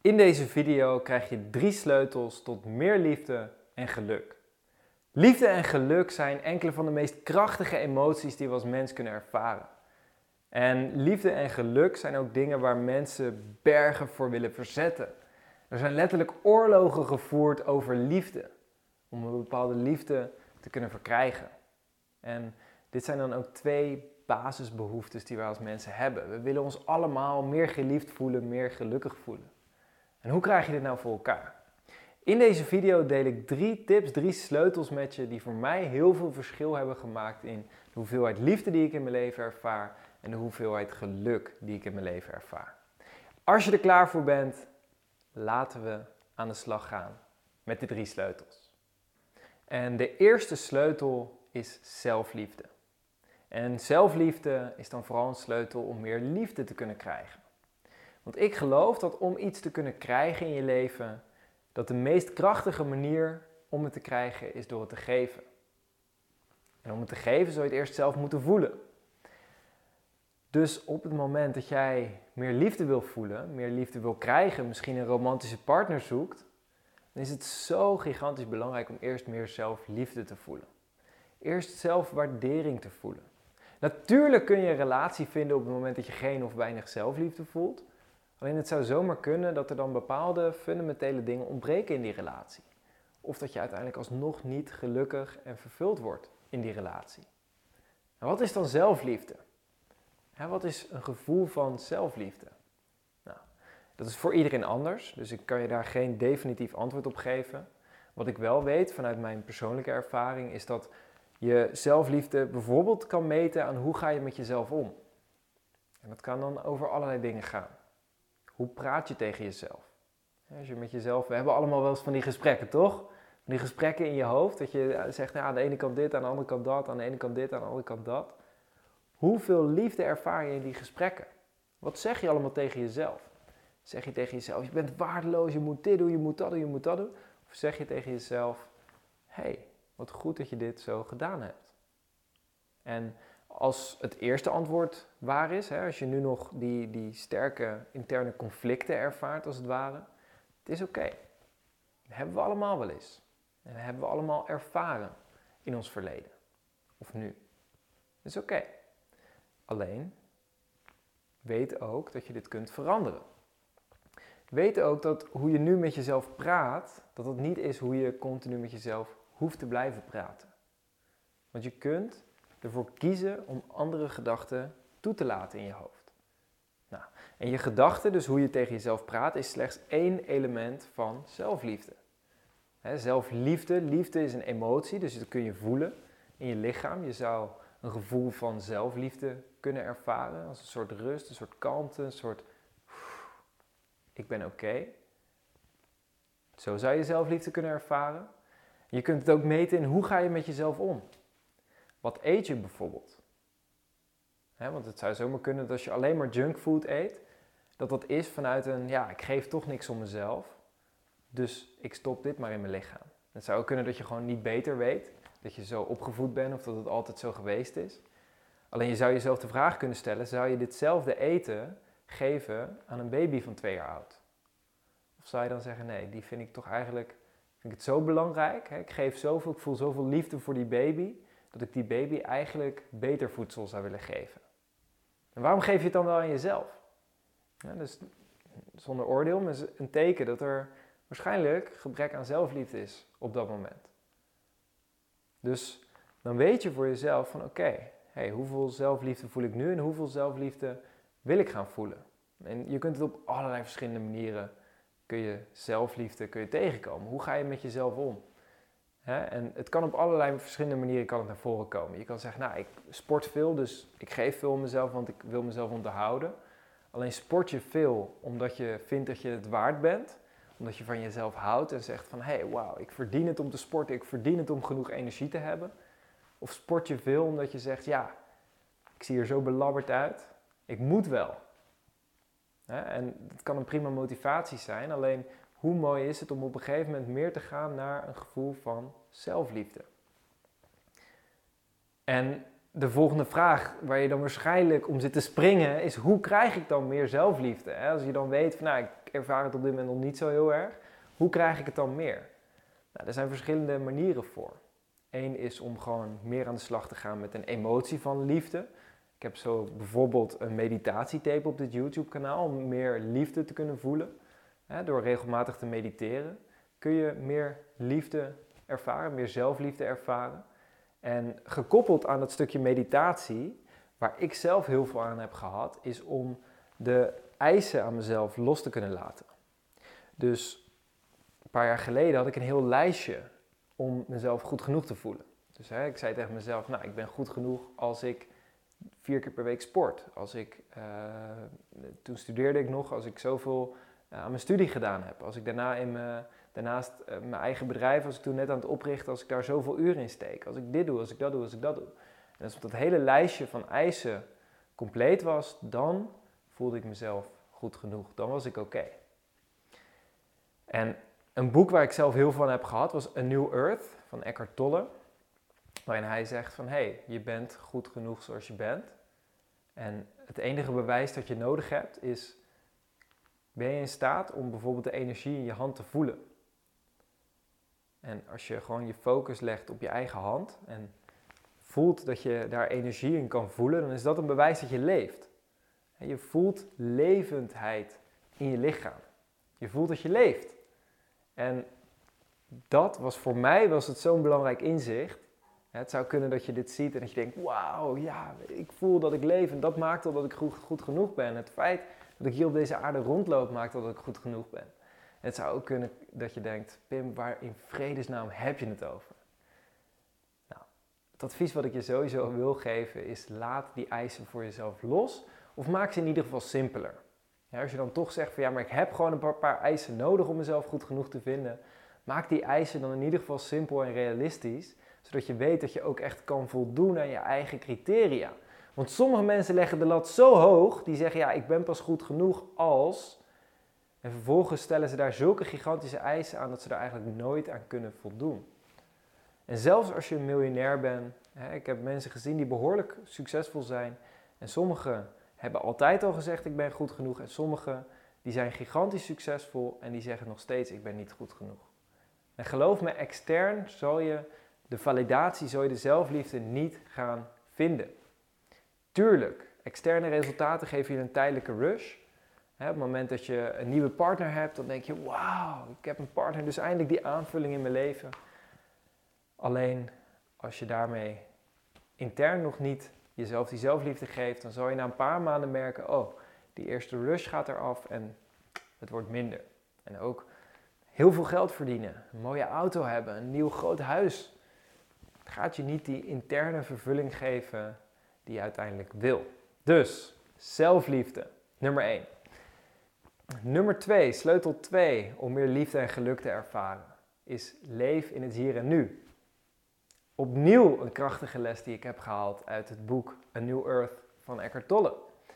In deze video krijg je 3 sleutels tot meer liefde en geluk. Liefde en geluk zijn enkele van de meest krachtige emoties die we als mens kunnen ervaren. En liefde en geluk zijn ook dingen waar mensen bergen voor willen verzetten. Er zijn letterlijk oorlogen gevoerd over liefde, om een bepaalde liefde te kunnen verkrijgen. En dit zijn dan ook 2 basisbehoeftes die wij als mensen hebben. We willen ons allemaal meer geliefd voelen, meer gelukkig voelen. En hoe krijg je dit nou voor elkaar? In deze video deel ik 3 tips, 3 sleutels met je die voor mij heel veel verschil hebben gemaakt in de hoeveelheid liefde die ik in mijn leven ervaar en de hoeveelheid geluk die ik in mijn leven ervaar. Als je er klaar voor bent, laten we aan de slag gaan met de 3 sleutels. En de eerste sleutel is zelfliefde. En zelfliefde is dan vooral een sleutel om meer liefde te kunnen krijgen. Want ik geloof dat om iets te kunnen krijgen in je leven, dat de meest krachtige manier om het te krijgen is door het te geven. En om het te geven zul je het eerst zelf moeten voelen. Dus op het moment dat jij meer liefde wil voelen, meer liefde wil krijgen, misschien een romantische partner zoekt, dan is het zo gigantisch belangrijk om eerst meer zelfliefde te voelen. Eerst zelfwaardering te voelen. Natuurlijk kun je een relatie vinden op het moment dat je geen of weinig zelfliefde voelt. Alleen het zou zomaar kunnen dat er dan bepaalde fundamentele dingen ontbreken in die relatie. Of dat je uiteindelijk alsnog niet gelukkig en vervuld wordt in die relatie. En wat is dan zelfliefde? Wat is een gevoel van zelfliefde? Nou, dat is voor iedereen anders, dus ik kan je daar geen definitief antwoord op geven. Wat ik wel weet vanuit mijn persoonlijke ervaring is dat je zelfliefde bijvoorbeeld kan meten aan hoe ga je met jezelf om. En dat kan dan over allerlei dingen gaan. Hoe praat je tegen jezelf? Als je met jezelf, we hebben allemaal wel eens van die gesprekken, toch? Van die gesprekken in je hoofd, dat je zegt, nou, aan de ene kant dit, aan de andere kant dat, aan de ene kant dit, aan de andere kant dat. Hoeveel liefde ervaar je in die gesprekken? Wat zeg je allemaal tegen jezelf? Zeg je tegen jezelf, je bent waardeloos, je moet dit doen, je moet dat doen, je moet dat doen? Of zeg je tegen jezelf, hey, wat goed dat je dit zo gedaan hebt? En als het eerste antwoord waar is, als je nu nog die sterke interne conflicten ervaart als het ware, het is oké. Dat hebben we allemaal wel eens. En dat hebben we allemaal ervaren in ons verleden. Of nu. Dat is oké. Alleen, weet ook dat je dit kunt veranderen. Weet ook dat hoe je nu met jezelf praat, dat het niet is hoe je continu met jezelf hoeft te blijven praten. Want je kunt ervoor kiezen om andere gedachten toe te laten in je hoofd. Nou, en je gedachten, dus hoe je tegen jezelf praat, is slechts 1 element van zelfliefde. Zelfliefde, liefde is een emotie, dus dat kun je voelen in je lichaam. Je zou een gevoel van zelfliefde kunnen ervaren als een soort rust, een soort kalmte, een soort ik ben oké. Zo zou je zelfliefde kunnen ervaren. Je kunt het ook meten in hoe ga je met jezelf om. Wat eet je bijvoorbeeld? Want het zou zomaar kunnen dat als je alleen maar junkfood eet, dat is vanuit een, ik geef toch niks om mezelf, dus ik stop dit maar in mijn lichaam. Het zou ook kunnen dat je gewoon niet beter weet, dat je zo opgevoed bent of dat het altijd zo geweest is. Alleen je zou jezelf de vraag kunnen stellen, zou je ditzelfde eten geven aan een baby van 2 jaar oud? Of zou je dan zeggen, nee, die vind ik toch eigenlijk, vind ik het zo belangrijk, ik geef zoveel, ik voel zoveel liefde voor die baby, dat ik die baby eigenlijk beter voedsel zou willen geven. En waarom geef je het dan wel aan jezelf? Dus zonder oordeel, maar een teken dat er waarschijnlijk gebrek aan zelfliefde is op dat moment. Dus dan weet je voor jezelf van oké, hoeveel zelfliefde voel ik nu en hoeveel zelfliefde wil ik gaan voelen? En je kunt het op allerlei verschillende manieren, kun je zelfliefde tegenkomen. Hoe ga je met jezelf om? En het kan op allerlei verschillende manieren naar voren komen. Je kan zeggen, ik sport veel, dus ik geef veel om mezelf, want ik wil mezelf onderhouden. Alleen sport je veel omdat je vindt dat je het waard bent. Omdat je van jezelf houdt en zegt van, wauw, ik verdien het om te sporten, ik verdien het om genoeg energie te hebben. Of sport je veel omdat je zegt, ik zie er zo belabberd uit, ik moet wel. En dat kan een prima motivatie zijn, alleen hoe mooi is het om op een gegeven moment meer te gaan naar een gevoel van zelfliefde. En de volgende vraag waar je dan waarschijnlijk om zit te springen is: hoe krijg ik dan meer zelfliefde? Hè? Als je dan weet van nou, ik ervaar het op dit moment nog niet zo heel erg. Hoe krijg ik het dan meer? Nou, er zijn verschillende manieren voor. Eén is om gewoon meer aan de slag te gaan met een emotie van liefde. Ik heb zo bijvoorbeeld een meditatietape op dit YouTube kanaal om meer liefde te kunnen voelen. Door regelmatig te mediteren kun je meer liefde ervaren, meer zelfliefde ervaren. En gekoppeld aan dat stukje meditatie, waar ik zelf heel veel aan heb gehad, is om de eisen aan mezelf los te kunnen laten. Dus een paar jaar geleden had ik een heel lijstje om mezelf goed genoeg te voelen. Dus ik zei tegen mezelf, nou, ik ben goed genoeg als ik 4 keer per week sport. Toen studeerde ik nog, als ik zoveel aan mijn studie gedaan heb. Als ik daarnaast mijn eigen bedrijf, als ik toen net aan het oprichten, als ik daar zoveel uren in steek. Als ik dit doe, als ik dat doe, als ik dat doe. En als dat hele lijstje van eisen compleet was, dan voelde ik mezelf goed genoeg. Dan was ik oké. En een boek waar ik zelf heel veel van heb gehad was A New Earth van Eckhart Tolle. Waarin hij zegt van, hey, je bent goed genoeg zoals je bent. En het enige bewijs dat je nodig hebt is, ben je in staat om bijvoorbeeld de energie in je hand te voelen? En als je gewoon je focus legt op je eigen hand en voelt dat je daar energie in kan voelen, dan is dat een bewijs dat je leeft. En je voelt levendheid in je lichaam. Je voelt dat je leeft. En dat was voor mij het zo'n belangrijk inzicht. Het zou kunnen dat je dit ziet en dat je denkt, wauw, ja, ik voel dat ik leef en dat maakt al dat ik goed genoeg ben. Het feit dat ik hier op deze aarde rondloop maakt al dat ik goed genoeg ben. En het zou ook kunnen dat je denkt, Pim, waar in vredesnaam heb je het over? Nou, het advies wat ik je sowieso wil geven is, laat die eisen voor jezelf los of maak ze in ieder geval simpeler. Ja, als je dan toch zegt van ja, maar ik heb gewoon een paar eisen nodig om mezelf goed genoeg te vinden, maak die eisen dan in ieder geval simpel en realistisch, zodat je weet dat je ook echt kan voldoen aan je eigen criteria. Want sommige mensen leggen de lat zo hoog, die zeggen ja, ik ben pas goed genoeg als... En vervolgens stellen ze daar zulke gigantische eisen aan dat ze daar eigenlijk nooit aan kunnen voldoen. En zelfs als je een miljonair bent, ik heb mensen gezien die behoorlijk succesvol zijn. En sommigen hebben altijd al gezegd ik ben goed genoeg. En sommigen die zijn gigantisch succesvol en die zeggen nog steeds ik ben niet goed genoeg. En geloof me, extern zal je de validatie, zal je de zelfliefde niet gaan vinden. Tuurlijk, externe resultaten geven je een tijdelijke rush. Op het moment dat je een nieuwe partner hebt, dan denk je, wauw, ik heb een partner, dus eindelijk die aanvulling in mijn leven. Alleen, als je daarmee intern nog niet jezelf die zelfliefde geeft, dan zal je na een paar maanden merken, oh, die eerste rush gaat eraf en het wordt minder. En ook heel veel geld verdienen, een mooie auto hebben, een nieuw groot huis. Het gaat je niet die interne vervulling geven die je uiteindelijk wil. Dus, zelfliefde, nummer 1. Nummer 2, sleutel 2 om meer liefde en geluk te ervaren, is leef in het hier en nu. Opnieuw een krachtige les die ik heb gehaald uit het boek A New Earth van Eckhart Tolle.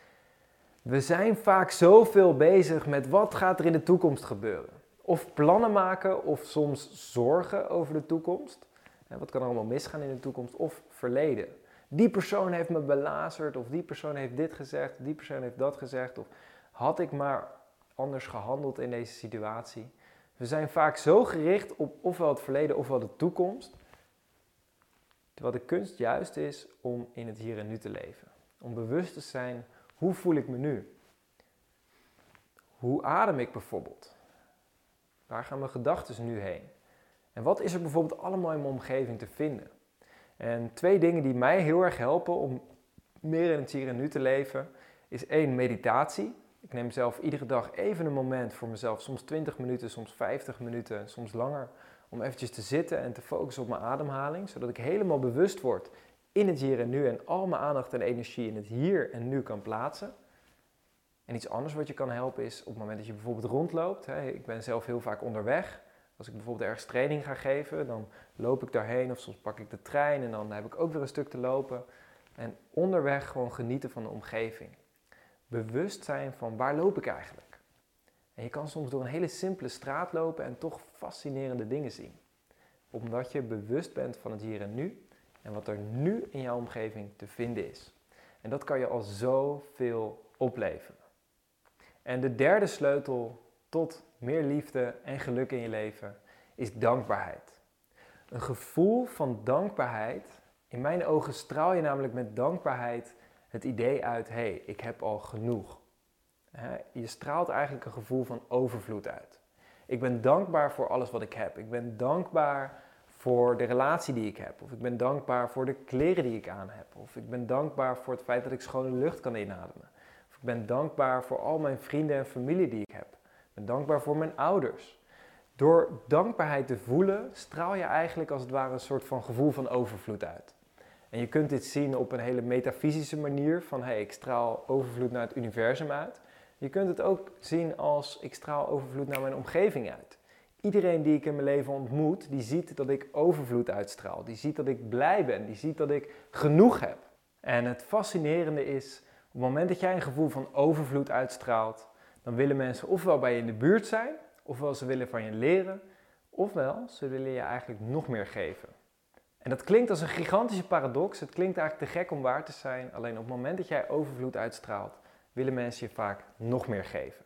We zijn vaak zoveel bezig met wat gaat er in de toekomst gebeuren. Of plannen maken of soms zorgen over de toekomst. Wat kan er allemaal misgaan in de toekomst of verleden. Die persoon heeft me belazerd of die persoon heeft dit gezegd, die persoon heeft dat gezegd. Of had ik maar anders gehandeld in deze situatie. We zijn vaak zo gericht op ofwel het verleden ofwel de toekomst. Terwijl de kunst juist is om in het hier en nu te leven. Om bewust te zijn, hoe voel ik me nu? Hoe adem ik bijvoorbeeld? Waar gaan mijn gedachten nu heen? En wat is er bijvoorbeeld allemaal in mijn omgeving te vinden? En 2 dingen die mij heel erg helpen om meer in het hier en nu te leven, is 1, meditatie. Ik neem zelf iedere dag even een moment voor mezelf, soms 20 minuten, soms 50 minuten, soms langer, om eventjes te zitten en te focussen op mijn ademhaling, zodat ik helemaal bewust word in het hier en nu en al mijn aandacht en energie in het hier en nu kan plaatsen. En iets anders wat je kan helpen is op het moment dat je bijvoorbeeld rondloopt. Ik ben zelf heel vaak onderweg. Als ik bijvoorbeeld ergens training ga geven, dan loop ik daarheen of soms pak ik de trein en dan heb ik ook weer een stuk te lopen. En onderweg gewoon genieten van de omgeving. Bewust zijn van waar loop ik eigenlijk. En je kan soms door een hele simpele straat lopen en toch fascinerende dingen zien. Omdat je bewust bent van het hier en nu en wat er nu in jouw omgeving te vinden is. En dat kan je al zoveel opleveren. En de derde sleutel tot meer liefde en geluk in je leven is dankbaarheid. Een gevoel van dankbaarheid, in mijn ogen straal je namelijk met dankbaarheid het idee uit, hé, ik heb al genoeg. Je straalt eigenlijk een gevoel van overvloed uit. Ik ben dankbaar voor alles wat ik heb. Ik ben dankbaar voor de relatie die ik heb. Of ik ben dankbaar voor de kleren die ik aan heb. Of ik ben dankbaar voor het feit dat ik schone lucht kan inademen. Of ik ben dankbaar voor al mijn vrienden en familie die ik heb. Ik ben dankbaar voor mijn ouders. Door dankbaarheid te voelen, straal je eigenlijk als het ware een soort van gevoel van overvloed uit. En je kunt dit zien op een hele metafysische manier van, ik straal overvloed naar het universum uit. Je kunt het ook zien als, ik straal overvloed naar mijn omgeving uit. Iedereen die ik in mijn leven ontmoet, die ziet dat ik overvloed uitstraal. Die ziet dat ik blij ben, die ziet dat ik genoeg heb. En het fascinerende is, op het moment dat jij een gevoel van overvloed uitstraalt, dan willen mensen ofwel bij je in de buurt zijn, ofwel ze willen van je leren, ofwel ze willen je eigenlijk nog meer geven. En dat klinkt als een gigantische paradox. Het klinkt eigenlijk te gek om waar te zijn. Alleen op het moment dat jij overvloed uitstraalt, willen mensen je vaak nog meer geven.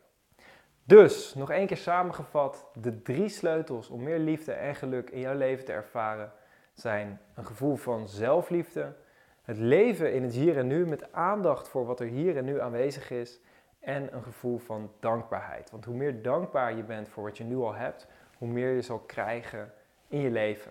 Dus, nog één keer samengevat, de 3 sleutels om meer liefde en geluk in jouw leven te ervaren zijn een gevoel van zelfliefde, het leven in het hier en nu met aandacht voor wat er hier en nu aanwezig is en een gevoel van dankbaarheid. Want hoe meer dankbaar je bent voor wat je nu al hebt, hoe meer je zal krijgen in je leven.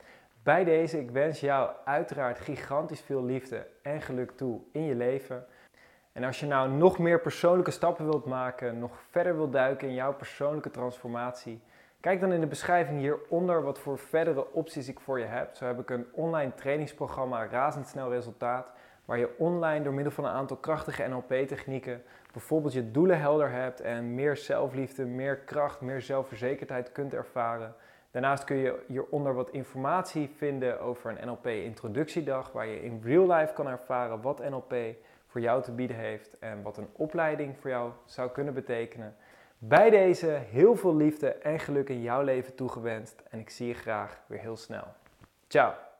Bij deze, ik wens jou uiteraard gigantisch veel liefde en geluk toe in je leven. En als je nou nog meer persoonlijke stappen wilt maken, nog verder wilt duiken in jouw persoonlijke transformatie, kijk dan in de beschrijving hieronder wat voor verdere opties ik voor je heb. Zo heb ik een online trainingsprogramma Razendsnel Resultaat, waar je online door middel van een aantal krachtige NLP-technieken bijvoorbeeld je doelen helder hebt en meer zelfliefde, meer kracht, meer zelfverzekerdheid kunt ervaren. Daarnaast kun je hieronder wat informatie vinden over een NLP-introductiedag, waar je in real life kan ervaren wat NLP voor jou te bieden heeft en wat een opleiding voor jou zou kunnen betekenen. Bij deze heel veel liefde en geluk in jouw leven toegewenst en ik zie je graag weer heel snel. Ciao!